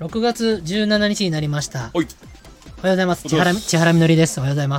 6月17日になりました。 おはようございます。千原みのりです。おはようございます。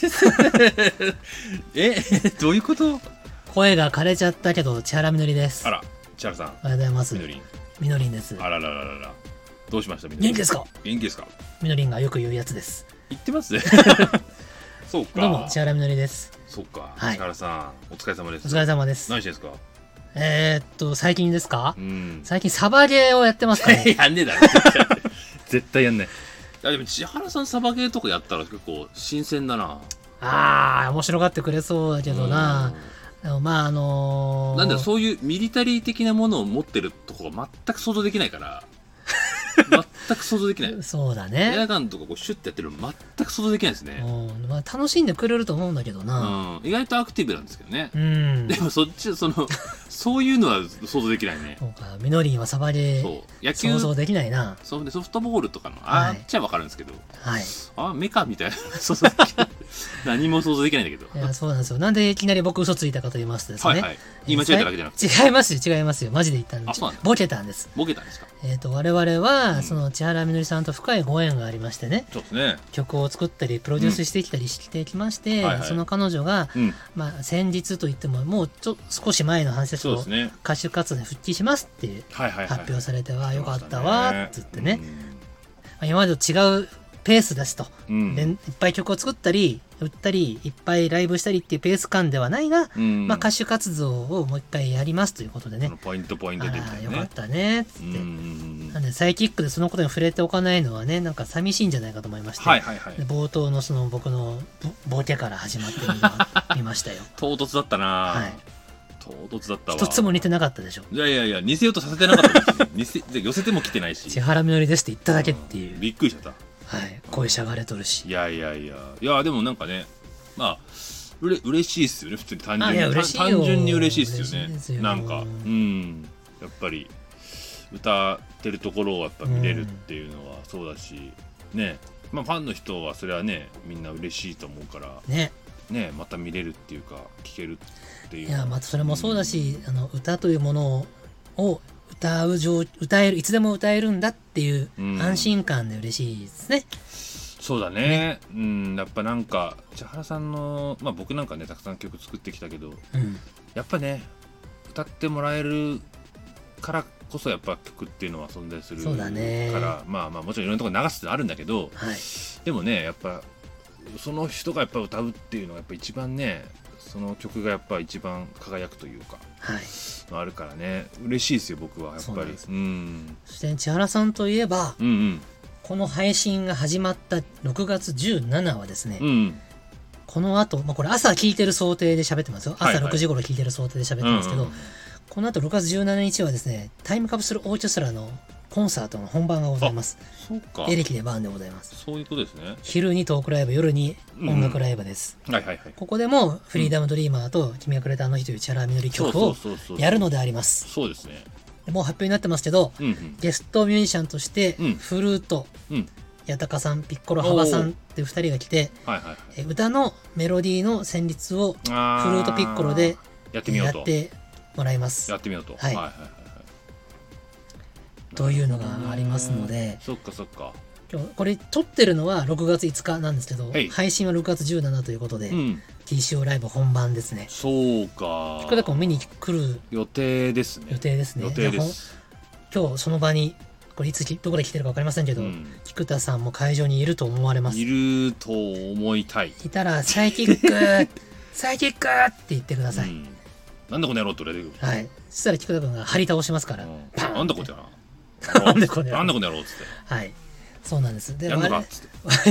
どういうこと？ 声が枯れちゃったけど千原みのりです。 あら、千原さん。 おはようございます。みのりんです。 あららららら。どうしましたみのりん？ 元気ですか？ 元気ですか？ みのりんがよく言うやつです。 言ってますね。そうか。 どうも千原みのりです。 そうか。 はい、 千原さん、お疲れ様です。 お疲れ様です。 何してんですか？ 最近ですか？最近サバゲーをやってますかね。 やんねえだろ。絶対やんねえ。でも千原さんサバゲーとかやったら結構新鮮だな。 面白がってくれそうだけどな。でもまあなんだろう、そういうミリタリー的なものを持ってるとこが全く想像できないから全く想像できない。 そうだね。 エアガンとかこうシュッてやってるの全く想像できないですね。 まあ、楽しんでくれると思うんだけどな、 意外とアクティブなんですけどね。 でもそういうのは想像できないね。 そうか、みのりんはサバゲー野球想像できないな。 そうでソフトボールとかのあっちゃ分かるんですけど、メカみたいな想像できない。何も想像できないんだけど。 いや、そうなんですよ。なんでいきなり僕嘘ついたかと言いますとですね、 言い間違えただけじゃなくて。 違いますよマジで言ったんです。ボケたんです。 ボケたんですか？ 我々はその千原みのりさんと深いご縁がありましてね、 そうですね、 曲を作ったりプロデュースしてきたりしてきまして、その彼女が、先日といってももう少し前の話ですけど、歌手活動に復帰しますって発表されて、よかったわって言ってね、今までと違うペースですと、いっぱい曲を作ったり売ったりいっぱいライブしたりっていうペース感ではないが、歌手活動をもう一回やりますということでね、 ポイントで出てね、 よかったねっつって、なんでサイキックでそのことに触れておかないのはね、なんか寂しいんじゃないかと思いまして、冒頭のその僕のボケから始まってみましたよ。 唐突だったな。唐突だったわ。 一つも似てなかったでしょ。 いや似せようとさせてなかったですね。寄せても来てないし、 千原みのりですって言っただけっていう、 びっくりしちゃった。 声しゃがれとるし。 いやでもなんかね、まあ嬉しいっすよね、普通に単純に嬉しいっすよね。なんかやっぱり歌ってるところをやっぱ見れるっていうのはそうだしね、ファンの人はそれはねみんな嬉しいと思うからね、また見れるっていうか聴けるっていう。いや、 またそれもそうだし、歌というものを歌える、いつでも歌えるんだっていう安心感で嬉しいですね。 そうだね。やっぱなんか千原さんの、僕なんかねたくさん曲作ってきたけど、やっぱね歌ってもらえるからこそやっぱ曲っていうのは存在するから、もちろんいろんなところ流すってあるんだけど、でもねやっぱその人がやっぱ歌うっていうのがやっぱ一番ね、その曲がやっぱ一番輝くというか、あるからね嬉しいですよ僕はやっぱり。 そして千原さんといえば、この配信が始まった6月17はですね、この後、これ朝聞いてる想定で喋ってますよ。朝6時頃聞いてる想定で喋ってますけど、この後6月17日はですね、タイムカプセルオーケストラのコンサートの本番がございます。 そうか。 エレキでバーンでございます。 そういうことですね。 昼にトークライブ、夜に音楽ライブです。ここでもフリーダムドリーマーと君がくれたあの日という千原みのり曲をやるのであります。 そうですね。 もう発表になってますけど、ゲストミュージシャンとしてフルート、八高さん、ピッコロ、幅さんっていう2人が来て、歌のメロディーの旋律をフルートピッコロでやってもらいます。 やってみようと。 というのがありますので、 そっかそっか。 今日これ撮ってるのは6月5日なんですけど、配信は6月17ということで、TCO ライブ本番ですね。 そうか。 菊田君見に来る予定ですね。 今日その場に、これいつどこで来てるか分かりませんけど、菊田さんも会場にいると思われます。 いると思いたい。 いたらサイキックサイキックって言ってください。 なんだこの野郎って言われる。 はい。そしたら菊田君が張り倒しますから。 なんだこれやな。 なんでこの野郎っつって。 はい。そうなんです。 やんのかっつって。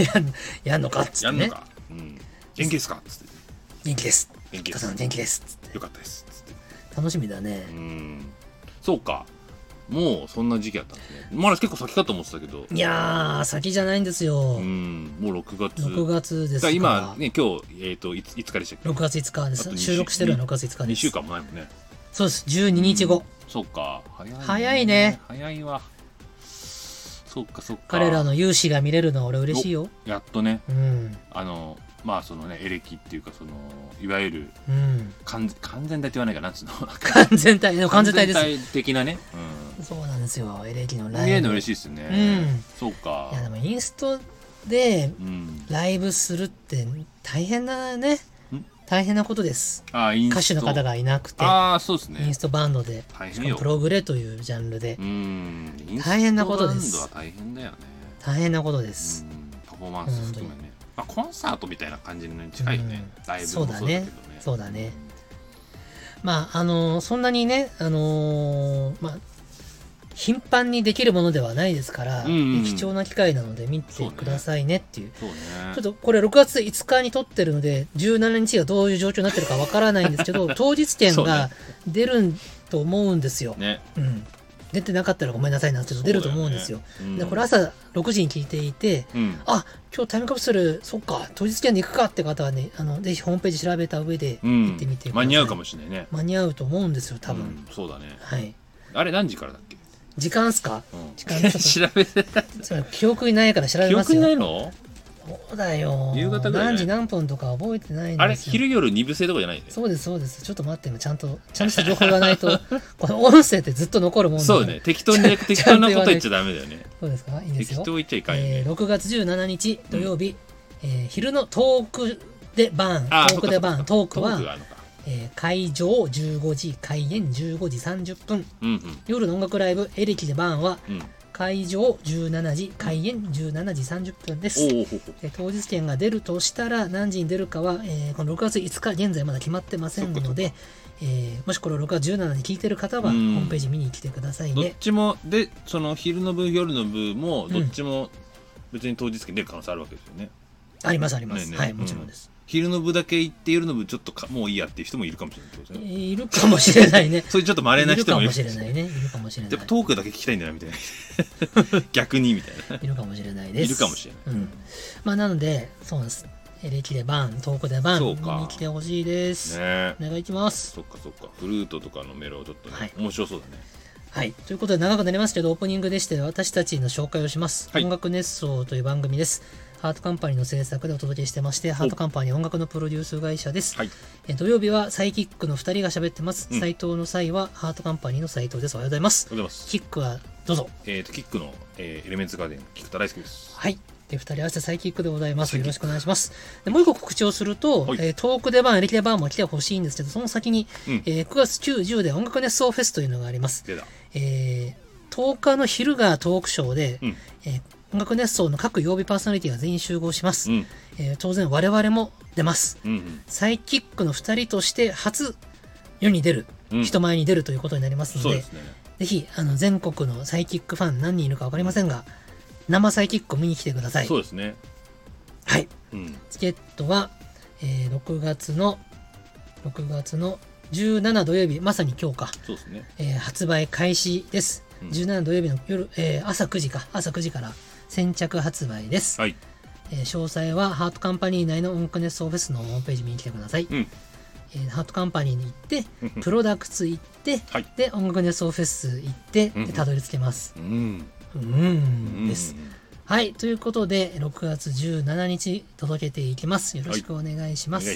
やんのかっつってね。 元気ですかっつって。 元気です。菊田さん元気ですっつって。 よかったですっつって。 楽しみだね。 そうか。もうそんな時期やったんですね。まだ結構先かと思ってたけど。 いやー、先じゃないんですよ。もう 6月ですから。 今ね、今日5日でしたっけ？ 6 月5日です。収録してるのは6月5日です。 2週間もないもんね。 そうです。12日後。 そっか。 早いね。 早いわ。そっかそっか。 彼らの勇姿が見れるのは俺嬉しいよ。 やっとね。そのねエレキっていうかそのいわゆる完全体って言わないかなつうの。 完全体的なね。 そうなんですよ、エレキのライブ見えるの嬉しいですよね。そうか。 いやでもインストでライブするって大変なね、大変なことです。歌手の方がいなくて、 そうですね、 インストバンドで、しかもプログレというジャンルで大変なことです。 インストバンドは大変だよね。 大変なことです。 パフォーマンス含めね、コンサートみたいな感じに近いよね、ライブもそうだけどね。 そうだね。そんなにね、頻繁にできるものではないですから、貴重な機会なので見てくださいねっていう。ちょっとこれ6月5日に撮ってるので、17日がどういう状況になってるかわからないんですけど、当日券が出ると思うんですよ。出てなかったらごめんなさいなんですけど、出ると思うんですよ。で、これ朝6時に聞いていて、今日タイムカプセル、そっか、当日券で行くかって方はね、ぜひホームページ調べた上で行ってみてください。 間に合うかもしれないね。 間に合うと思うんですよ、多分。 そうだね。 はい。 あれ何時からだっけ？ 時間っすか？時間調べて記憶にないから調べますよ。 記憶にないの？ そうだよ。 夕方ぐらい。 何時何分とか覚えてないんですよ。 あれ昼夜2部制とかじゃない？ そうですそうです。ちょっと待って、ちゃんとした情報言わないとこの音声ってずっと残るもんだから。 そうね。適当なこと言っちゃダメだよね。 そうですか？いいですよ。 適当言っちゃいかんよね。 6月17日土曜日、昼のトークでバーン。トークは会場15時、開演15時30分。夜の音楽ライブエレキでバーンは会場17時、開演17時30分です。当日券が出るとしたら何時に出るかは、この6月5日現在まだ決まってませんので、もしこれを6月17に聞いてる方はホームページ見に来てくださいね。 どっちもで、その昼の部夜の部もどっちも別に当日券出る可能性あるわけですよね。 ありますあります。はい、もちろんです。 昼の部だけ行って夜の部ちょっともういいやっていう人もいるかもしれないですね。 いるかもしれないね。 そういうちょっと稀な人もいるかもしれないね。いるかもしれない。 でもトークだけ聞きたいんだなみたいな。逆にみたいな。 いるかもしれないです。 いるかもしれない。 なのでそうなんです。エレキでバーン、トークでバーン見に来てほしいです。お願いします。 そっか。フルートとかのメロちょっとね、面白そうだね。 はい。ということで長くなりますけど、オープニングでして私たちの紹介をします。音楽熱奏という番組です。ハートカンパニーの制作でお届けしてまして、ハートカンパニー音楽のプロデュース会社です。土曜日はサイキックの2人が喋ってます。斉藤の際はハートカンパニーの斉藤です。おはようございます。キックはどうぞ。 キックのエレメンツガーデン、菊田大輔です。 はい。で、2人合わせてサイキックでございます。よろしくお願いします。でもう一個告知をすると、トークでバーン、エレキでバーンも来てほしいんですけど、その先に、9月9、10で音楽熱奏フェスというのがあります。10日の昼がトークショーで、音楽熱奏の各曜日パーソナリティが全員集合します。当然我々も出ます。サイキックの2人として初世に出る、人前に出るということになりますので、ぜひ全国のサイキックファン何人いるか分かりませんが、生サイキックを見に来てください。 そうですね。 はい。チケットは、6月の17土曜日、まさに今日か。 そうですね。 発売開始です。17土曜日の夜、朝9時から先着発売です。詳細はハートカンパニー内の音楽熱奏フェスのホームページ見に来てください。ハートカンパニーに行って、プロダクツ行って、で、音楽熱奏フェス行って、でたどり着けます。です。はい。ということで、6月17日届けていきます。よろしくお願いします。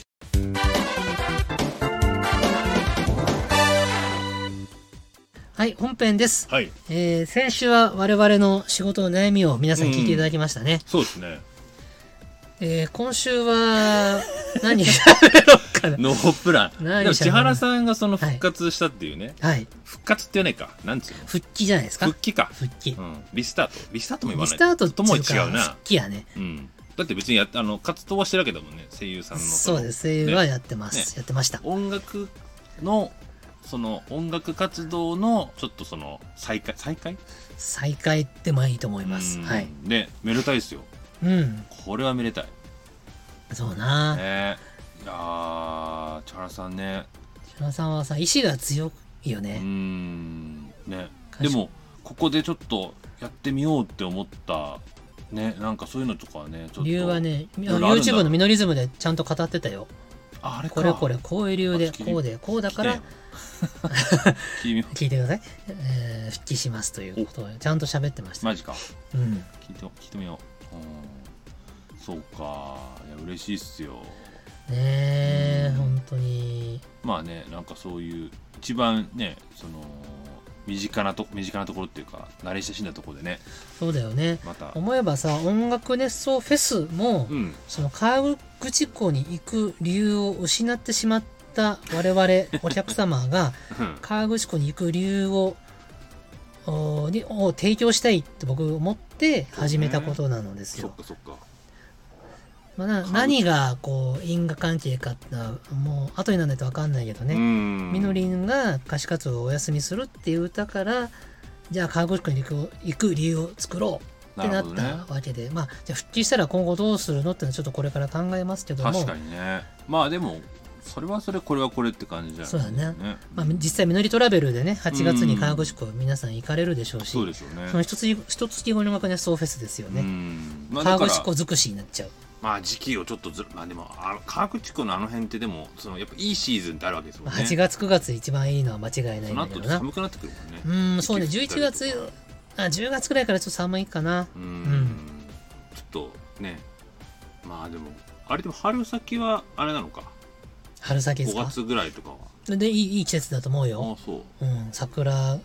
はい、本編です。先週は我々の仕事の悩みを皆さん聞いていただきましたね。 そうですね。 今週は何喋ろうかな。 ノープラン。でも千原さんがその復活したっていうね。復活って言わないか。なんつうの？ 復帰じゃないですか。 復帰か。 復帰。 リスタート。リスタートも言わない。 リスタートとも違うな。 復帰やね。 だって別に活動はしてるわけだもんね。声優さんの。 そうです。声優はやってます。やってました。 音楽のその音楽活動のちょっとその再開ってもいいと思います。はい。 で、めでたいですよ。これはめでたい。 そうな。 いやー、千原さんね。 千原さんはさ、意志が強いよね。 ね。でもここでちょっとやってみようって思ったね、なんかそういうのとかはね、ちょっと理由はね、YouTube のミノリズムでちゃんと語ってたよ。 あれか。 これこういう理由でこうだから聞いてください。復帰しますということをちゃんと喋ってました。 マジか。聞いてみよう。そうか。いや嬉しいっすよ。 ねえ、本当に。 まあね、なんかそういう一番ね、その身近なところっていうか慣れ親しんだところでね。 そうだよね。 また思えばさ、音楽熱奏フェスも、その河口湖に行く理由を失ってしまった我々お客様が河口湖に行く理由を提供したいって僕思って始めたことなのですよ。 そっか。 何がこう因果関係かってのはもう後にならないと分かんないけどね。みのりんが歌手活動をお休みするっていう歌から、じゃあ河口湖に行く理由を作ろうってなったわけで、じゃあ復帰したら今後どうするのってのはちょっとこれから考えますけども。 確かにね。でもそれはそれ、これはこれって感じじゃない。 そうだね。実際みのりトラベルでね、8月に河口湖皆さん行かれるでしょうし、 そうですよね。 その一月後の音楽熱奏フェスですよね。河口湖尽くしになっちゃう。 時期をちょっとでも河口湖のあの辺ってでもやっぱいいシーズンってあるわけですもんね。 8月9月一番いいのは間違いないんだけどな。 その後寒くなってくるもんね。 そうね。11月10月くらいからちょっと寒いかな。 ちょっとね。でもあれでも春先はあれなのか。 春先ですか。 5月ぐらいとかは。 でいい季節だと思うよ。 そう。 桜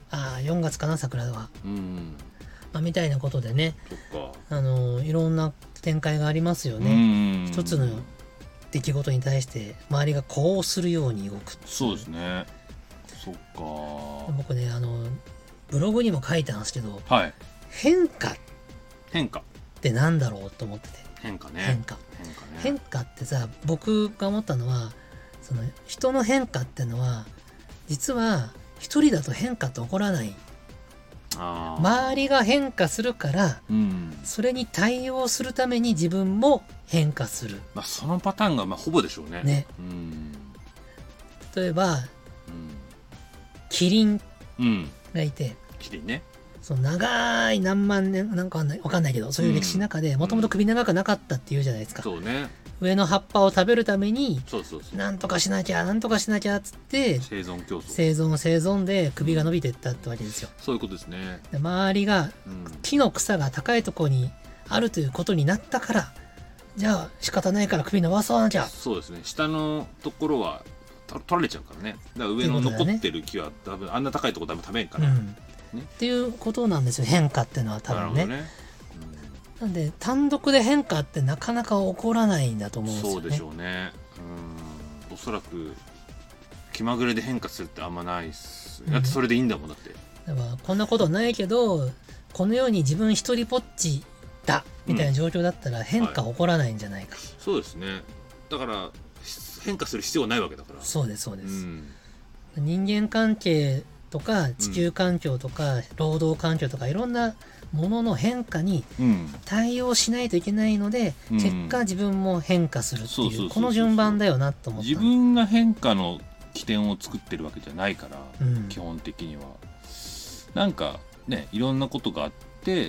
4月かな、桜は。みたいなことでね。 そっか。いろんな展開がありますよね。一つの出来事に対して周りがこうするように動く。 そうですね。そっか。 僕ね、ブログにも書いたんですけど、変化ってなんだろうと思ってて。変化ってさ、僕が思ったのは、その人の変化ってのは実は一人だと変化って起こらない。周りが変化するから、それに対応するために自分も変化する。 そのパターンがほぼでしょうね。 例えば、キリンがいて、 キリンね。 その長い何万年なんかわかんないけど、そういう歴史の中でもともと首長くなかったっていうじゃないですか。 そうね。 上の葉っぱを食べるためになんとかしなきゃっつって生存競争、 生存で首が伸びていったってわけですよ。 そういうことですね。 で周りが木の草が高いところにあるということになったから、じゃあ仕方ないから首伸ばさなきゃ。 そうですね。下のところは取られちゃうからね。だから上の残ってる木は多分あんな高いところ多分食べんから、 っていうことなんですよ、変化っていうのは多分ね。なんで単独で変化ってなかなか起こらないんだと思うんですよね。 そうでしょうね。おそらく気まぐれで変化するってあんまないっす。だってそれでいいんだもん。だってだからこんなことないけど、このように自分一人ぽっちだみたいな状況だったら変化起こらないんじゃないか。 そうですね。だから変化する必要はないわけだから。 そうです。人間関係とか地球環境とか労働環境とかいろんなものの変化に対応しないといけないので、結果自分も変化するっていう、この順番だよなと思った。 自分が変化の起点を作ってるわけじゃないから、基本的にはなんかね、いろんなことがあって、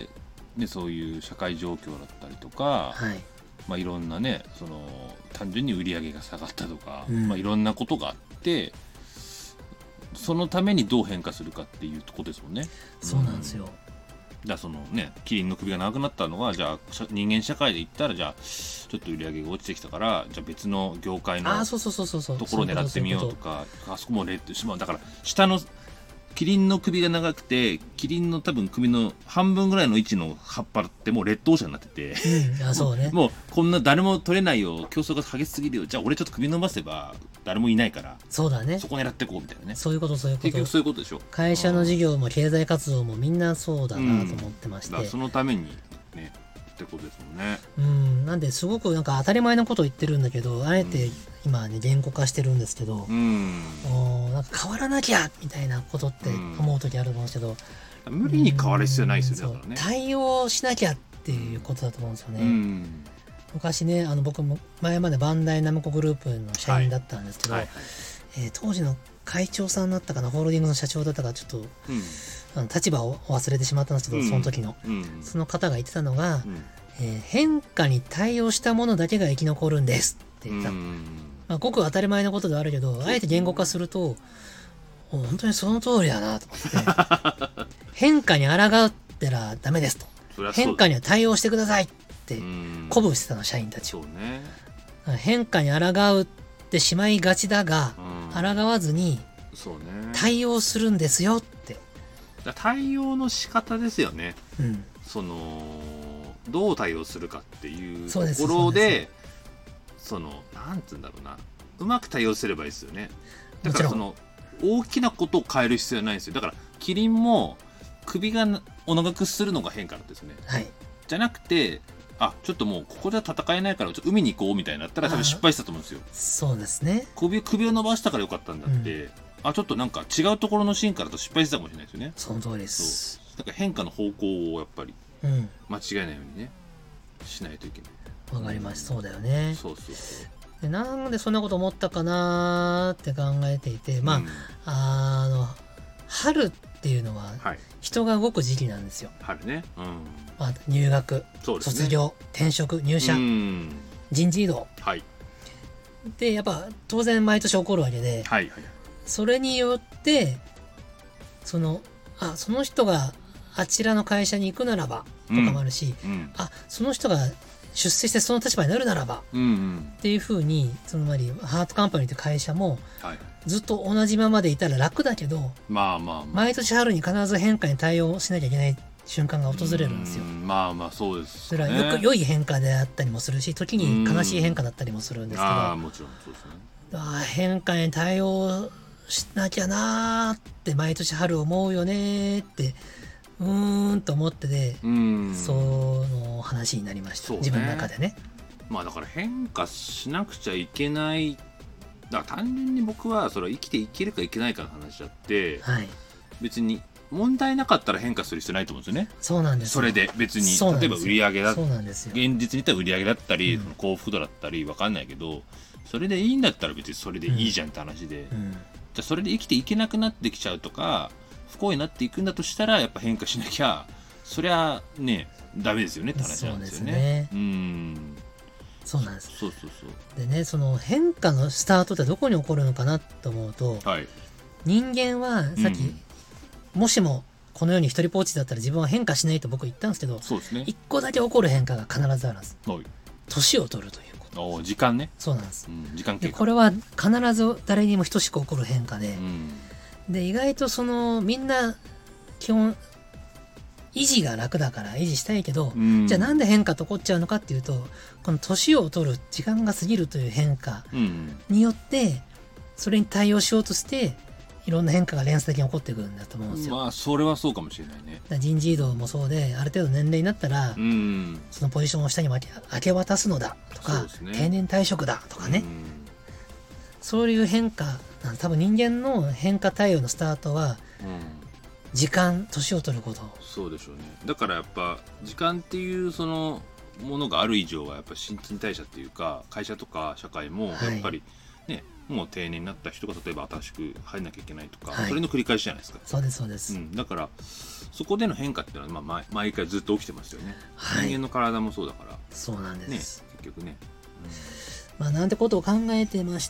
そういう社会状況だったりとか、いろんなね、単純に売り上げが下がったとか、いろんなことがあって、そのためにどう変化するかっていうところですもんね。 そうなんですよ。 じゃあキリンの首が長くなったのが、じゃあ人間社会で言ったら、じゃあちょっと売り上げが落ちてきたから、じゃあ別の業界のところを狙ってみようとか、あそこもレッドしまう。だから下のキリンの首が長くて、キリンの多分首の半分ぐらいの位置の葉っぱってもうレッドオーシャンになってて、もうこんな誰も取れないよ、競争が激しすぎるよ、じゃあ俺ちょっと首伸ばせば誰もいないから、 そうだね、 そこ狙ってこうみたいなね。 そういうこと。 結局そういうことでしょ。 会社の事業も経済活動もみんなそうだなと思ってまして、 そのためにねってことですもんね。 なんですごくなんか当たり前のことを言ってるんだけど、あえて今ね言語化してるんですけど、なんか変わらなきゃみたいなことって思う時あると思うんですけど、 無理に変わる必要ないですよね。だからね、 対応しなきゃっていうことだと思うんですよね。昔ね、僕も前までバンダイナムコグループの社員だったんですけど、当時の会長さんだったかな、ホールディングの社長だったかちょっと、立場を忘れてしまったんですけど、その時の、その方が言ってたのが、変化に対応したものだけが生き残るんですって言った。ごく当たり前のことではあるけど、あえて言語化すると本当にその通りだなと思って変化に抗ってらダメですと、変化には対応してくださいって鼓舞してたの、社員たちを。変化に抗ってしまいがちだが、抗わずに対応するんですよって対応の仕方ですよね、 うん、 どう対応するかっていうところでなんつうんだろうな、うまく対応すればいいですよね。だから大きなことを変える必要はないんですよ。だからキリンも首がお長くするのが変化なんですよね、 はい、 じゃなくてちょっともうここでは戦えないからちょっと海に行こうみたいになったら多分失敗したと思うんですよ。 そうですね。 首を伸ばしたからよかったんだって、ちょっとなんか違うところの進化だと失敗してたかもしれないですよね。 その通りです。 だから変化の方向をやっぱり間違えないようにね、しないといけない。 わかりました。そうだよね。 そうでなんでそんなこと思ったかなって考えていて、春っていうのは人が動く時期なんですよ。 春ね。 入学、卒業、転職、入社、人事異動。でやっぱ当然毎年起こるわけで、それによってその人があちらの会社に行くならばとかもあるし、その人が出世してその立場になるならば、っていうふうにつまりハートカンパニーという会社も、ずっと同じままでいたら楽だけど、毎年春に必ず変化に対応しなきゃいけない瞬間が訪れるんですよ。 そうです、ね、 それはよく良い変化であったりもするし、時に悲しい変化だったりもするんですけど、 もちろんそうですね。変化に対応しなきゃなーって毎年春思うよねってと思ってて、その話になりました、自分の中でね。 だから変化しなくちゃいけない、単純に僕はそれは生きていけるかいけないかの話だって、別に問題なかったら変化する必要ないと思うんですよね。 そうなんです。 それで別に例えば売り上げだ、 そうなんですよ。 現実に言ったら売り上げだったり、幸福度だったり分かんないけど、それでいいんだったら別にそれでいいじゃんって話で、じゃあそれで生きていけなくなってきちゃうとか不幸になっていくんだとしたらやっぱ変化しなきゃそりゃねダメですよねって話なんですよね。 そうなんです。でね、その変化のスタートってどこに起こるのかなと思うと、人間はさっき、もしもこの世に一人ぽっちだったら自分は変化しないと僕言ったんですけど、一個だけ起こる変化が必ずあるんです。年を取るということ。 時間ね。 そうなんです。 時間経過。 これは必ず誰にも等しく起こる変化で、で意外とみんな基本維持が楽だから維持したいけど、じゃあなんで変化と起こっちゃうのかっていうと、この年を取る、時間が過ぎるという変化によってそれに対応しようとしていろんな変化が連鎖的に起こってくるんだと思うんですよ。 それはそうかもしれないね。 人事異動もそうで、ある程度年齢になったら、そのポジションを下に明け渡すのだとか、定年退職だとかね、そういう変化、多分人間の変化対応のスタートは、時間、年を取ること。 そうでしょうね。だからやっぱ時間っていうそのものがある以上はやっぱ新陳代謝っていうか、会社とか社会もやっぱりね、もう定年になった人が例えば新しく入んなきゃいけないとか、それの繰り返しじゃないですか。 そうですそうです。 だからそこでの変化っていうのは毎回ずっと起きてますよね。人間の体もそうだから。 そうなんです。 結局ね。 なんてことを考えてまして、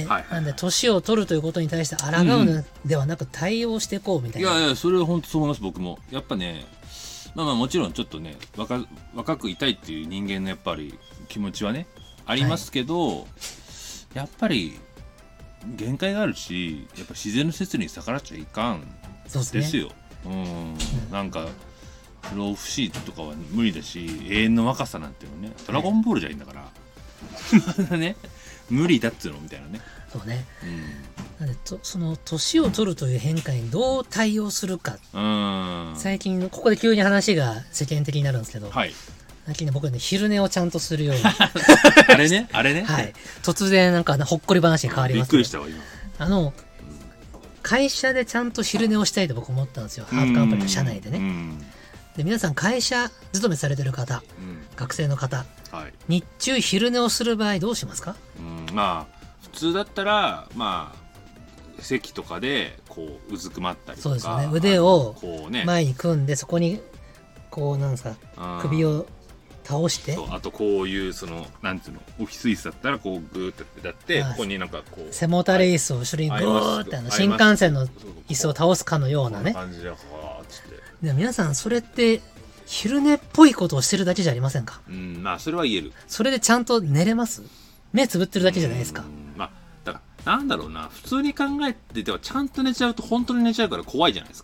なんで年を取るということに対して抗うのではなく対応していこうみたいな。 いやそれは本当そう思います。僕もやっぱね、もちろんちょっとね若くいたいっていう人間のやっぱり気持ちはねありますけど、やっぱり限界があるし、やっぱ自然の摂理に逆らっちゃいかんですよ。なんか不老不死とかは無理だし、永遠の若さなんていうのね、ドラゴンボールじゃいいんだから、まだね無理だっつうのみたいなね。 そうね。なんでその年を取るという変化にどう対応するか。最近ここで急に話が世間的になるんですけど、最近ね、僕ね昼寝をちゃんとするようにあれね突然なんかほっこり話に変わります、 びっくりしたわ今。 会社でちゃんと昼寝をしたいと僕思ったんですよ。ハートカンパニーの社内でね。で皆さん会社勤めされてる方、学生の方、日中昼寝をする場合どうしますか？ 普通だったら席とかでこううずくまったりとか、 そうですよね、腕を前に組んでそこにこうなんですか、首を倒して、 あとこういうなんていうの、オフィス椅子だったらこうグーってやって、ここになんかこう背もたれ椅子を後ろにグーって新幹線の椅子を倒すかのようなね感じで、つって。 で皆さんそれって昼寝っぽいことをしてるだけじゃありませんか？ それは言える。 それでちゃんと寝れます？目つぶってるだけじゃないですか。 だからなんだろうな、普通に考えててはちゃんと寝ちゃうと本当に寝ちゃうから怖いじゃないですか。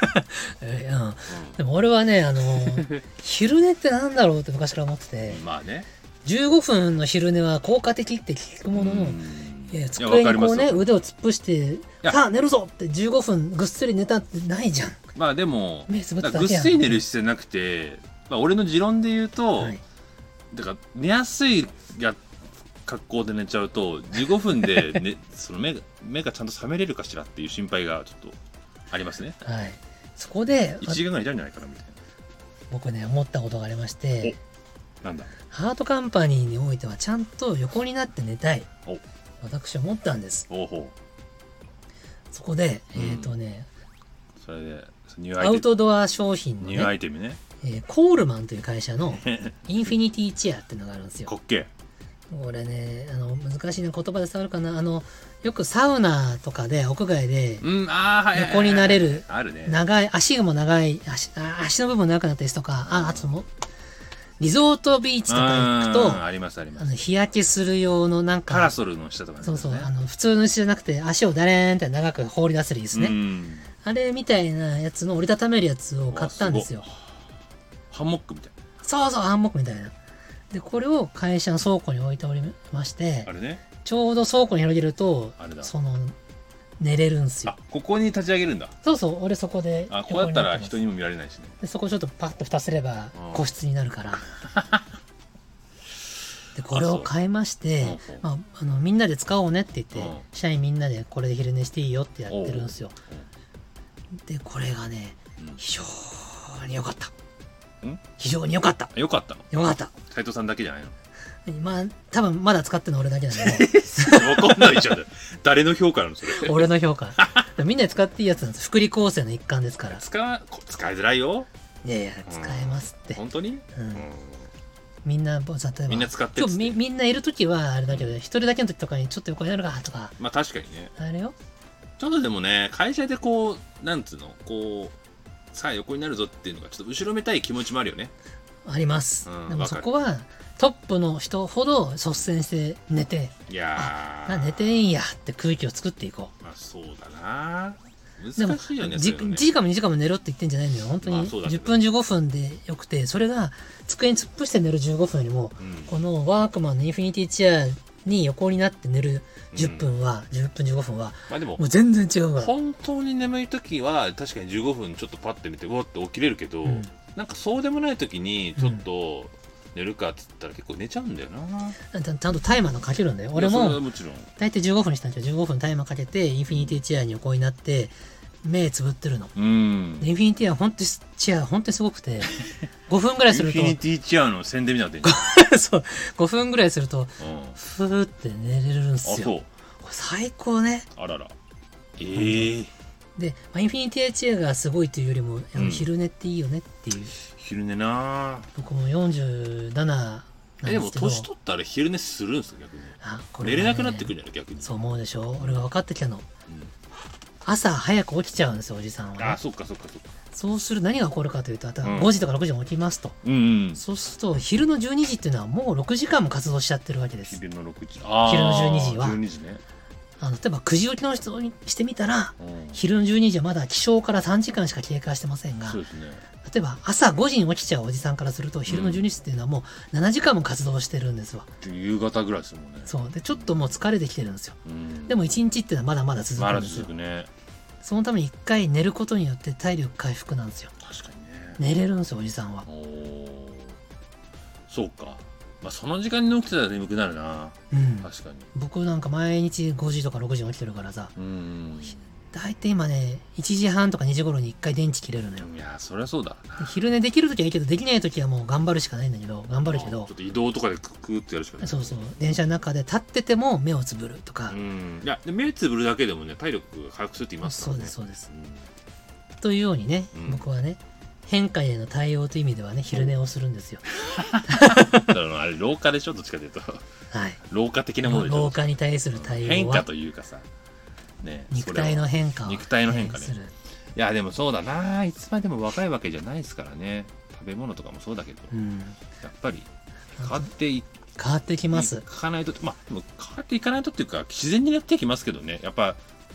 でも俺はね昼寝ってなんだろうって昔から思ってて、 まあね、 15分の昼寝は効果的って聞くものの、机にこうね腕を突っ伏してさあ寝るぞって15分ぐっすり寝たってないじゃん。 まあでも目つぶってたぐだけやん。 っすり寝る必要なくて、まあ、俺の持論で言うと、はい、だから寝やすい格好で寝ちゃうと15分で、ね、その目がちゃんと覚めれるかしらっていう心配がちょっとありますね。 はい、そこで 1時間ぐらいいたんじゃないかなみたいな。 僕ね思ったことがありまして、 なんだ、 ハートカンパニーにおいてはちゃんと横になって寝たい、私は思ったんです。そこで、 それでアウトドア商品の、ね、 ニューアイテムね、 コールマンという会社のインフィニティチェアっていうのがあるんですよ。 かっけえ。 これね難しいね、言葉で伝わるかな。よくサウナとかで屋外で横になれる、長い足も長い足の部分長くなったりとか、あともリゾートビーチとか行くとあります日焼けする用のなんかパラソルの下とかね、 そう普通の石じゃなくて足をダレーンって長く放り出せるですね。あれみたいなやつの折りたためるやつを買ったんですよ。 ハンモックみたいな。 そうハンモックみたいな。でこれを会社の倉庫に置いておりまして、 あれね、 ちょうど倉庫に広げると寝れるんですよ。 ここに立ち上げるんだ。 そう俺そこでこうやったら人にも見られないしね。 でそこちょっとパッと蓋すれば個室になるからでこれを買いまして、みんなで使おうねって言って、社員みんなでこれで昼寝していいよってやってるんですよ。でこれがね、非常に良かった。非常に良かった。 よかった斉藤さんだけじゃないの？ まあ多分まだ使ってるの俺だけなんで分かんないじゃん。誰の評価なのそれ？ 俺の評価。みんなで使っていいやつなんです。福利厚生の一環ですから。 使いづらいよ。 いや使えますって。 本当に？ みんな例えばみんな使って今日みんないる時はあれだけど、一人だけの時とかにちょっと横になるかとか。 まあ確かにね。 あれよ。 ちょっとでもね、会社でこうなんつうのさあ横になるぞっていうのがちょっと後ろめたい気持ちもあるよね。 あります。でもそこはトップの人ほど率先して寝て、寝ていいんやって空気を作っていこう。 まあそうだな。難しいよね。1 時間も2時間も寝ろって言ってんじゃないんだよ。本当に10分15分でよくて、それが机に突っ伏して寝る15分よりも、このワークマンのインフィニティチェアに横になって寝る10分15分はもう全然違うから。 本当に眠い時は確かに15分ちょっとパッて寝てわって起きれるけど、なんかそうでもない時にちょっと寝るかっつったら結構寝ちゃうんだよな。 ちゃんとタイマーのかけるんだよ。俺ももちろん大体15分にしたんですよ。15分タイマーかけてインフィニティチェアに横になって目つぶってるの。インフィニティ本当にチェア本当にすごくて5分ぐらいするとインフィニティチェアの宣伝みたいになってんそう5分ぐらいするとふーって寝れるんですよ。これ最高ね。 あらら。で、 インフィニティチェアがすごいというよりも昼寝っていいよねっていう。 昼寝な。 僕も47なんですけど。 でも年取ったら昼寝するんですか逆に。寝れなくなってくるんじゃない逆に。 そう思うでしょ。俺が分かってきたの。朝早く起きちゃうんですよおじさんは。 そっか。 そうする何が起こるかというと、5時とか6時に起きますと。そうすると昼の12時っていうのはもう6時間も活動しちゃってるわけです。 昼の6時。 昼の12時は。 12時ね。 例えば9時起きの人にしてみたら、昼の12時はまだ起床から3時間しか経過してませんが、 そうですね。 例えば朝5時に起きちゃうおじさんからすると昼の12時っていうのはもう7時間も活動してるんですわ。 夕方ぐらいですもんね。 そうでちょっともう疲れてきてるんですよ。でも1日っていうのはまだまだ続くんですよ。そのために1回寝ることによって体力回復なんですよ。 確かにね。 寝れるんですよおじさんは。 そうか。その時間に起きてたら眠くなるな。確かに。 僕なんか毎日5時とか6時に起きてるからさ。大体今ね1時半とか2時頃に1回電池切れるのよ。 いやそりゃそうだな。 昼寝できる時はいいけどできない時はもう頑張るしかないんだけどちょっと移動とかでクーってやるしかない。 そう電車の中で立ってても目をつぶるとか。 いや目つぶるだけでもね体力が回復するって言いますからね。 そうです、というようにね、僕はね変化への対応という意味ではね昼寝をするんですよ。 あれ老化でしょどっちかというと。 はい。 老化的なものでしょ。 老化に対する対応は。 変化というかさ。 肉体の変化を。 肉体の変化ね。いやでもそうだな。いつまでも若いわけじゃないですからね。食べ物とかもそうだけど、やっぱり変わってきます。 でも変わっていかないとっていうか自然になってきますけどね。やっぱ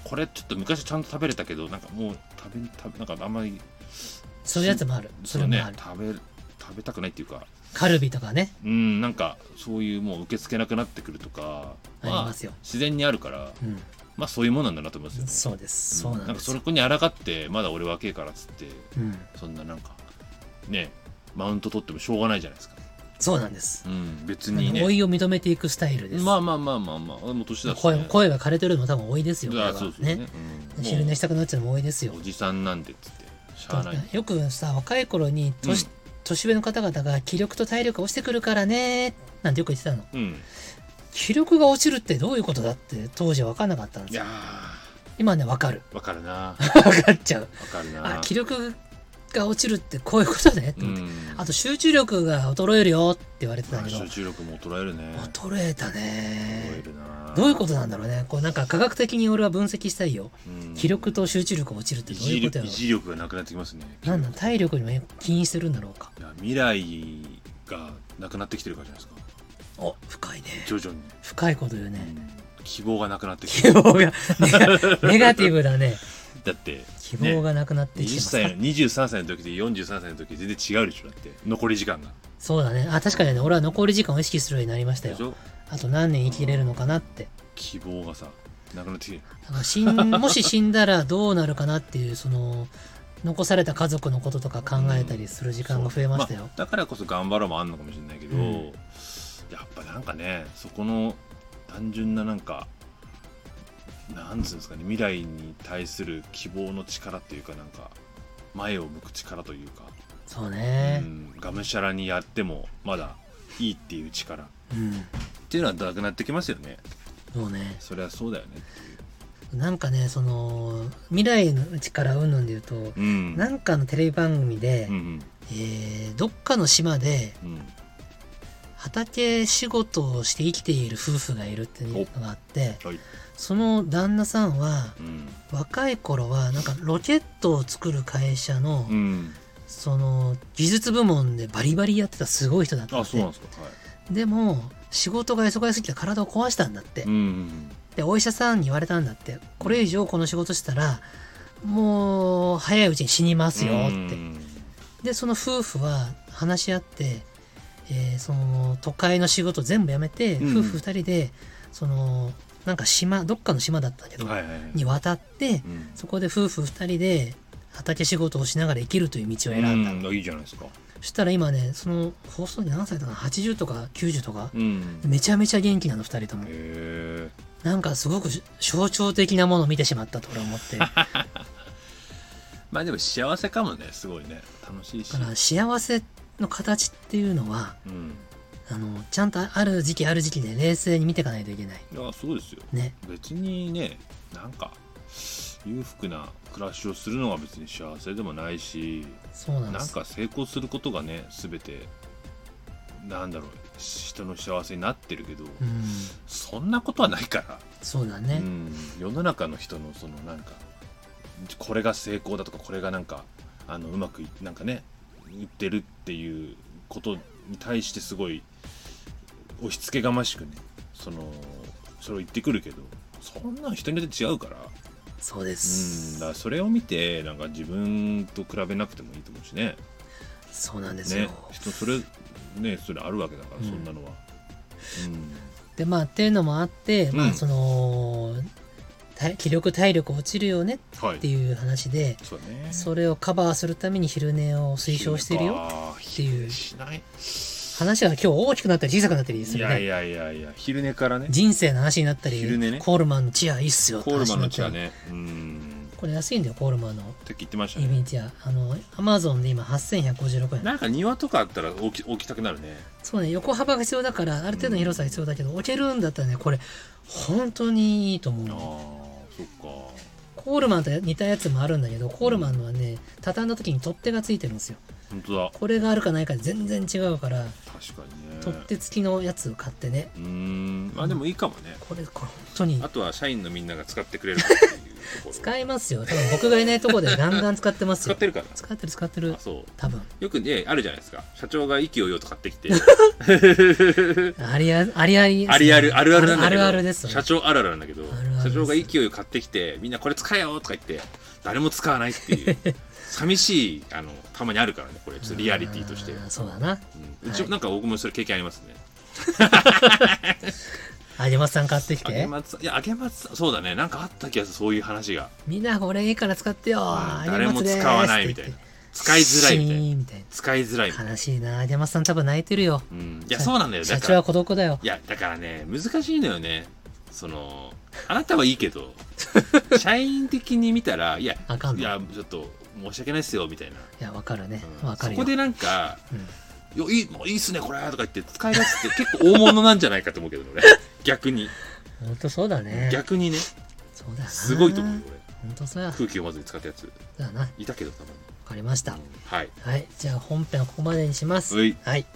これちょっと昔ちゃんと食べれたけどなんかもうなんかあんまりそういうやつもある。 それもある。食べたくないっていうか、 カルビとかね、 なんかそういうもう受け付けなくなってくるとか、 ありますよ。 自然にあるから、まあそういうもんなんだなと思いますよね。 そうです、そうなんですよ。 なんかそこに抗ってまだ俺若いからっつって、そんななんかねマウント取ってもしょうがないじゃないですか。 そうなんです、 別にね、 老いを認めていくスタイルです。 まあもう年だし、 ね、声が枯れてるのも多分多いですよ。 そうですね、 昼寝したくなっちゃうのも多いですよ。 おじさんなんでっつってしゃあない。 よくさ、若い頃に年上の方々が気力と体力が落ちてくるからねなんてよく言ってたの、気力が落ちるってどういうことだって当時は分かんなかったんですよ。今ね分かるな分かっちゃう。 分かるな。 気力が落ちるってこういうことねって思って、あと集中力が衰えるよって言われてたけど、 集中力も衰えるね。 衰えたね。 衰えるな。 どういうことなんだろうね。こうなんか科学的に俺は分析したいよ。気力と集中力が落ちるってどういうことやろう。 維持力がなくなってきますね。 なんだ、体力にも起因してるんだろうか。 いや、未来がなくなってきてるからじゃないですか。 お、深いね。 徐々に深いこと言うね。 希望がなくなってきてる。希望がネガティブだね。 だって希望がなくなってきてますか。 23歳の時で43歳の時全然違うでしょ。だって残り時間が。 そうだね。確かにね、俺は残り時間を意識するようになりましたよ。あと何年生きれるのかなって。 希望がさなくなってきてる。 もし死んだらどうなるかなっていう、その残された家族のこととか考えたりする時間が増えましたよ。 だからこそ頑張ろうもあんのかもしれないけど、やっぱなんかね、そこの単純ななんかなんつうんですかね、未来に対する希望の力っていうか、なんか前を向く力というか、 そうね、 がむしゃらにやってもまだいいっていう力、っていうのはなくなってきますよね。 そうね、 それはそうだよねっていう。 なんかね、その未来の力云々で言うと、なんかのテレビ番組で、どっかの島で、畑仕事をして生きている夫婦がいるっていうのがあって、その旦那さんは、若い頃はなんかロケットを作る会社の、その技術部門でバリバリやってたすごい人だったんで。 そうなんですか。 でも仕事が忙しすぎて体を壊したんだって、でお医者さんに言われたんだって、これ以上この仕事したらもう早いうちに死にますよって。でその夫婦は話し合って、その都会の仕事全部やめて、夫婦2人でそのなんかどっかの島だったけど、に渡って、そこで夫婦2人で畑仕事をしながら生きるという道を選んだ。 いいじゃないですか。 そしたら今ね、その放送で何歳だかな、80とか90とか、めちゃめちゃ元気なの2人とも。なんかすごく象徴的なものを見てしまったと俺は思ってまあでも幸せかもね、すごいね、楽しいし。 だから幸せの形っていうのは、ちゃんとある時期ある時期で冷静に見ていかないといけない。 いや、そうですよ、ね、別にね、なんか裕福な暮らしをするのが別に幸せでもないし、 そうなんです。 なんか成功することがね、全てなんだろう、人の幸せになってるけど、そんなことはないから。 そうだね、 世の中の人のそのなんかこれが成功だとか、これがなんかうまくなんかね言ってるっていうことに対してすごい押し付けがましくね、それを言ってくるけど、そんなの人によって違うから。 そうです、 だからそれを見てなんか自分と比べなくてもいいと思うしね。 そうなんですよ、ね、 人それあるわけだから、そんなのは。 でまあっていうのもあって、まあその気力体力落ちるよねっていう話で、それをカバーするために昼寝を推奨してるよっていう話が今日大きくなったり小さくなったりするね。 いや昼寝からね、 人生の話になったり、 ね、 コールマンのチアいいっすよって話になったり。 コールマンのチアね、 これ安いんだよ、コールマンのって言ってましたね。 イビンチア、アマゾンで今8156円。 なんか庭とかあったら置きたくなるね。 そうね、横幅が必要だからある程度の広さが必要だけど、置けるんだったらね、これ本当にいいと思う。 そっか。 コールマンと似たやつもあるんだけど、コールマンのはね、畳んだ時に取っ手がついてるんですよ。 本当だ。 これがあるかないかで全然違うから、 確かにね、 取っ手付きのやつを買ってね。 まあでもいいかもね、 これ本当に。 あとは社員のみんなが使ってくれるっていうところ使いますよ、多分僕がいないところでガンガン使ってますよ。 使ってるかな。 使ってる。 そう、 多分よくねあるじゃないですか、社長が意気揚々と買ってきてあるあるなんだけど、 社長あるあるなんだけど、 社長が勢いを買ってきてみんなこれ使えよとか言って誰も使わないっていう寂しいたまにあるからね、これちょっとリアリティとして。 そうだな、 うん、うちなんか僕もそれ経験ありますね。 あげまつさん買ってきて、 あげまつさん、いやあげまつさんそうだね、なんかあった気がする、そういう話が。 みんなこれいいから使ってよ、 誰も使わないみたいな、使いづらいみたいな、使いづらいみたいな。 悲しいな、あげまつさん多分泣いてるよ。 いやそうなんだよ、 社長は孤独だよ。 いやだからね難しいのよね、あなたはいいけど社員的に見たらいやちょっと申し訳ないっすよみたいな。いやわかるね、わかるよ。 そこでなんか、いいっすねこれとか言って使い出すって結構大物なんじゃないかと思うけどね逆に。 本当そうだね。 逆にね。 そうだよな。 すごいと思うよ俺。 本当そうや。 空気をまずに使ったやつ。 だな。 いたけどたまに。わかりました。 はい。 はい。じゃあ本編はここまでにします。 はい。 はい。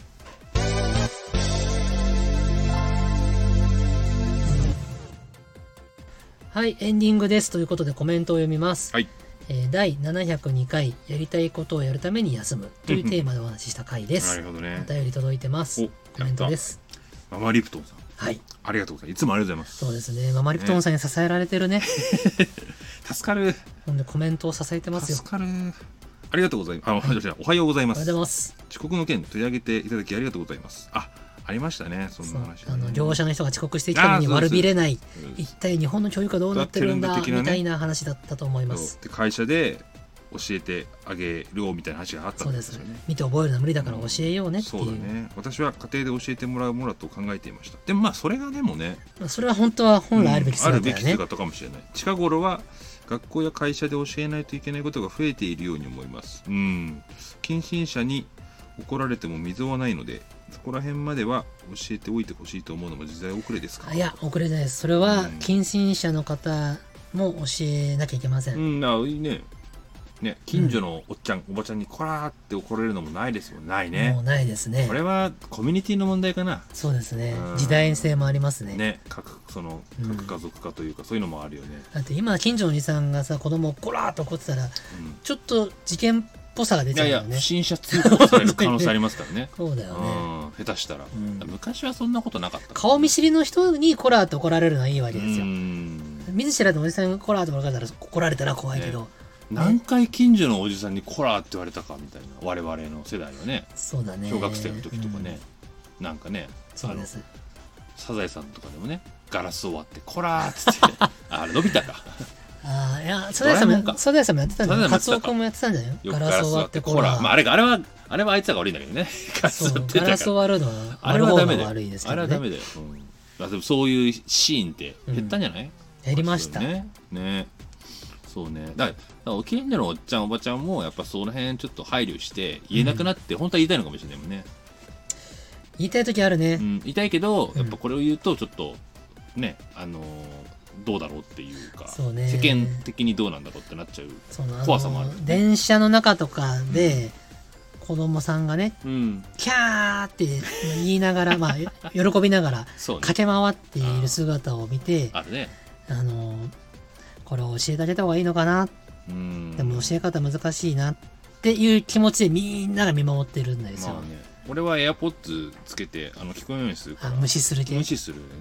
はい、エンディングですということでコメントを読みます。 はい。 第702回やりたいことをやるために休むというテーマでお話しした回です。 なるほどね。 お便り届いてます。コメントです。 ママリプトンさん。 はい。 ありがとうございます。いつもありがとうございます。 そうですね。ママリプトンさんに支えられてるね。 助かる。 ほんでコメントを支えてますよ。 助かる。ありがとうございます。おはようございます。 おはようございます。 遅刻の件取り上げていただきありがとうございます。ありましたね、そんな話、ね。 業者の人が遅刻してきたのに悪びれない。一体日本の教育はどうなってるんだ、みたいな話だったと思います。 で会社で教えてあげるみたいな話があったんですよね。 そうです。見て覚えるのは無理だから教えようねっていう。 そうだね。私は家庭で教えてもらうものだと考えていました。でもまあそれがでもね。 それは本当は本来あるべき姿だよね。 あるべき姿かもしれない。近頃は学校や会社で教えないといけないことが増えているように思います。近親者に怒られても溝はないので、そこら辺までは教えておいてほしいと思うのも時代遅れですか。 いや遅れないです。それは近親者の方も教えなきゃいけません。 いいね。近所のおっちゃん、おばちゃんにこらーって怒られるのもないですもん。ないね。 もうないですね。 これはコミュニティの問題かな。 そうですね。時代性もありますね。 各家族化というか、そういうのもあるよね。 だって今近所のおじさんがさ子供をこらーっと怒ってたら、ちょっと事件っぽさが出ちゃうよね。 不審者通報される可能性ありますからね。 そうだよね。 下手したら、昔はそんなことなかった。 顔見知りの人にこらーって怒られるのはいいわけですよ。見ず知らずのおじさんがこらーって怒られたら怖いけど。 何回近所のおじさんにコラーって言われたかみたいな、我々の世代はね。 そうだね。 小学生の時とかね、なんかね、 そうです。 サザエさんとかでもね、ガラスを割ってコラーっつって伸びたか。 いやサザエさんもやってたんだよ。カツオ君もやってたんじゃない？ガラスを割ってコラー。 あれはあいつらが悪いんだけどね。 ガラスを割るのはあれはダメだよ。あれはダメだよ。 でもそういうシーンって減ったんじゃない？ 減りました。 ね。そうね。だから近所のおっちゃんおばちゃんもやっぱその辺ちょっと配慮して言えなくなって、本当は言いたいのかもしれないもんね。 言いたい時あるね。 言いたいけど、やっぱこれを言うとちょっとね、どうだろうっていうか、世間的にどうなんだろうってなっちゃう怖さもある。 電車の中とかで子供さんがね、キャーって言いながら、喜びながら駆け回っている姿を見て、 あるね。 これを教えてあげた方がいいのかな、でも教え方難しいなっていう気持ちでみんなが見守ってるんですよ。 俺は AirPods つけて聞こえないようにするから。 無視するよね。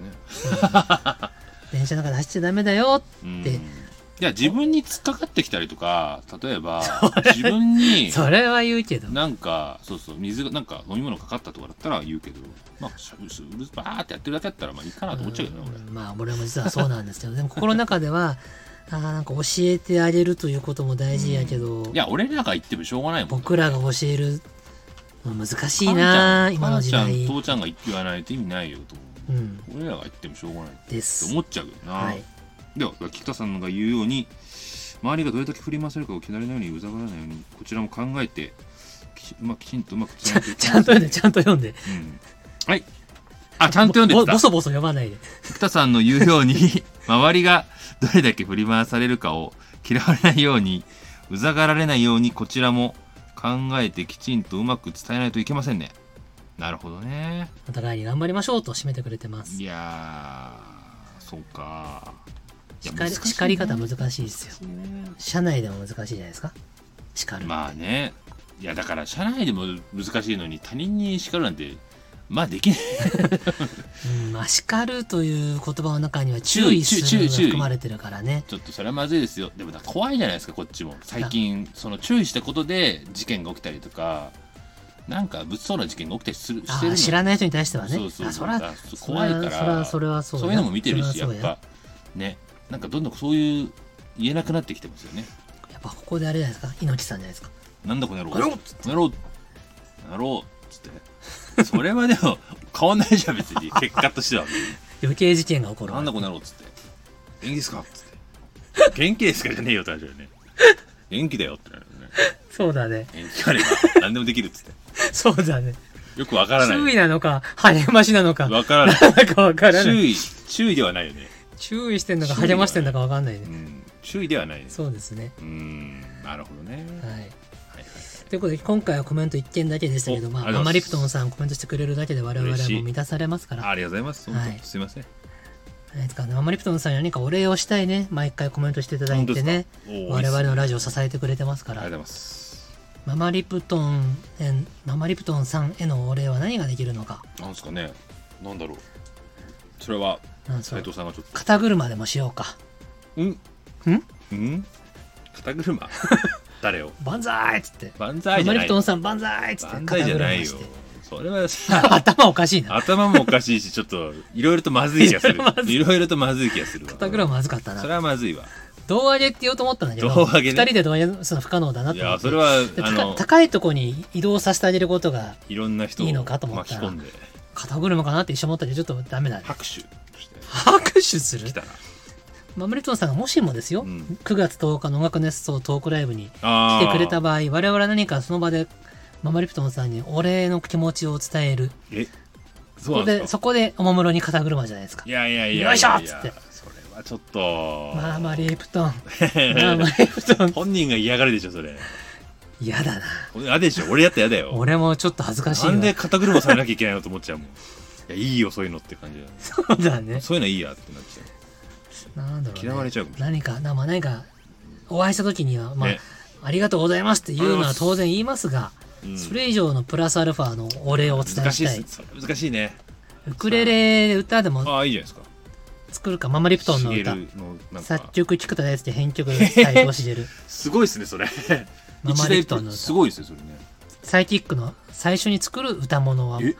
電車の中で走っちゃダメだよって。 いや自分に突っかかってきたりとか、例えば自分にそれは言うけど、 なんか水がなんか飲み物かかったとかだったら言うけど、バーってやってるだけだったらいいかなと思っちゃうけどね。 俺も実はそうなんですけど、でも心の中ではなんか教えてあげるということも大事やけど、 いや俺らが言ってもしょうがないもん。 僕らが教えるの難しいな、今の時代。 父ちゃんが言わないと意味ないよと思う。俺らが言ってもしょうがないですって思っちゃうよな。では菊田さんが言うように、周りがどれだけ振り回せるかを気慣れないようにうざがらないように、こちらも考えてきちんとうまくちゃんと読んで、 はい、ちゃんと読んでた。 ボソボソ読まないで。 菊田さんの言うように周りがどれだけ振り回されるかを嫌われないように、うざがられないように、こちらも考えてきちんとうまく伝えないといけませんね。なるほどね。 お互いに頑張りましょうと締めてくれてます。 いやー、そうか。 叱り方難しいですよ。社内でも難しいじゃないですか。叱る。 ね。いやだから社内でも難しいのに、他人に叱るなんてまあできない叱るという言葉の中には注意するが含まれてるからね。 ちょっとそれはまずいですよ。でも怖いじゃないですか、こっちも最近その注意したことで事件が起きたりとか、なんか物騒な事件が起きたりしてるの。 知らない人に対してはね。 それは怖いからそれはそういうのも見てるし、やっぱね、なんかどんどんそういう言えなくなってきてますよね。 やっぱここであれじゃないですか、猪木さんじゃないですか。 なんだこの野郎、やろうっつってそれはでも変わんないじゃん別に結果としては余計事件が起こる。 なんだこの野郎っつって元気ですかっつって元気ですかじゃねえよって話だよね。元気だよってなるよね。 そうだね。 元気あれば何でもできるっつってそうだね。 よくわからない。 注意なのか励ましなのかわからない。 なんかわからない。 注意ではないよね。 注意してんのか励ましてんのかわかんないね。 注意ではない。 そうですね。 なるほどね。 はい。ということで今回はコメント1件だけでしたけど、ママリプトンさんコメントしてくれるだけで我々も満たされますから。 ありがとうございます。はい、すいません。 ママリプトンさんに何かお礼をしたいね。毎回コメントしていただいてね。我々のラジオを支えてくれてますから。 ありがとうございます。 ママリプトンさんへのお礼は何ができるのか。 なんですかね。なんだろう。それは斉藤さんがちょっと肩車でもしようか。 肩車誰を万歳っつって。 万歳じゃない。 ママリプトンさん万歳っつって。 万歳じゃないよ。それは頭おかしいな。 頭もおかしいし、ちょっといろいろとまずい気がする。いろいろとまずい気がするわ。 肩車まずかったな。 それはまずいわ。 胴上げって言おうと思ったんだけど、2人で胴上げするの不可能だなと思って。 いや、それは高いとこに移動させてあげることがいろんな人いいのかと思ったら、 巻き込んで肩車かなって一緒思ったけど、ちょっとダメだね。 拍手する。ママリプトンさんがもしもですよ、9月10日の音楽熱奏トークライブに来てくれた場合、我々は何かその場でママリプトンさんにお礼の気持ちを伝える。そこでおもむろに肩車じゃないですか。 いやよいしょっつって。 それはちょっとママリプトン本人が嫌がるでしょそれ。 嫌だな。 嫌でしょ。俺やったら嫌だよ。 俺もちょっと恥ずかしいわ。 なんで肩車されなきゃいけないのと思っちゃうもん。いや、いいよそういうのって感じだね。 そうだね。 そういうのいいやってなっちゃう。 なんだろうね、 嫌われちゃうかもしれない。 何かお会いした時には、ありがとうございますっていうのは当然言いますが、それ以上のプラスアルファのお礼をお伝えしたい。 難しいね。 ウクレレで歌でもいいじゃないですか。 作るか。ママリプトンの歌作曲菊田大輔編曲斉藤茂すごいっすねそれ。 ママリプトンの歌すごいですねそれね。 サイキックの最初に作る歌物は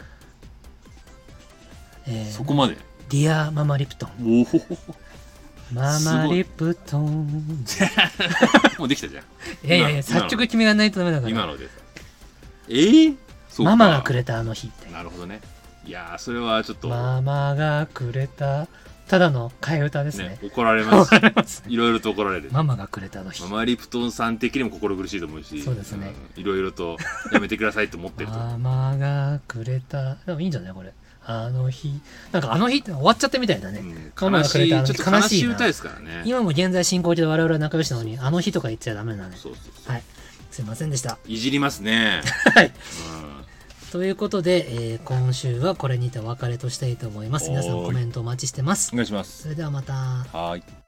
そこまでディアママリプトン。ママリプトンもうできたじゃん。 いや作曲君がないとダメだから。 今のでママがくれたあの日って。 なるほどね。いやそれはちょっとママがくれたただの替え歌ですね。 怒られますいろいろと怒られる。 ママがくれたあの日。 ママリプトンさん的にも心苦しいと思うし。 そうですね。 いろいろとやめてくださいと思ってると。 ママがくれた。でもいいんじゃないこれ。あの日。なんかあの日って終わっちゃったみたいだね。ママがくれたあの日。 ちょっと悲しい歌ですからね。 今も現在進行中で我々は仲良しなのに、あの日とか言っちゃダメなのね。はい。すいませんでした。 いじりますね。 はい。ということで、今週はこれにてお別れとしたいと思います。皆さんコメントお待ちしてます。 お願いします。 それではまた。 はい。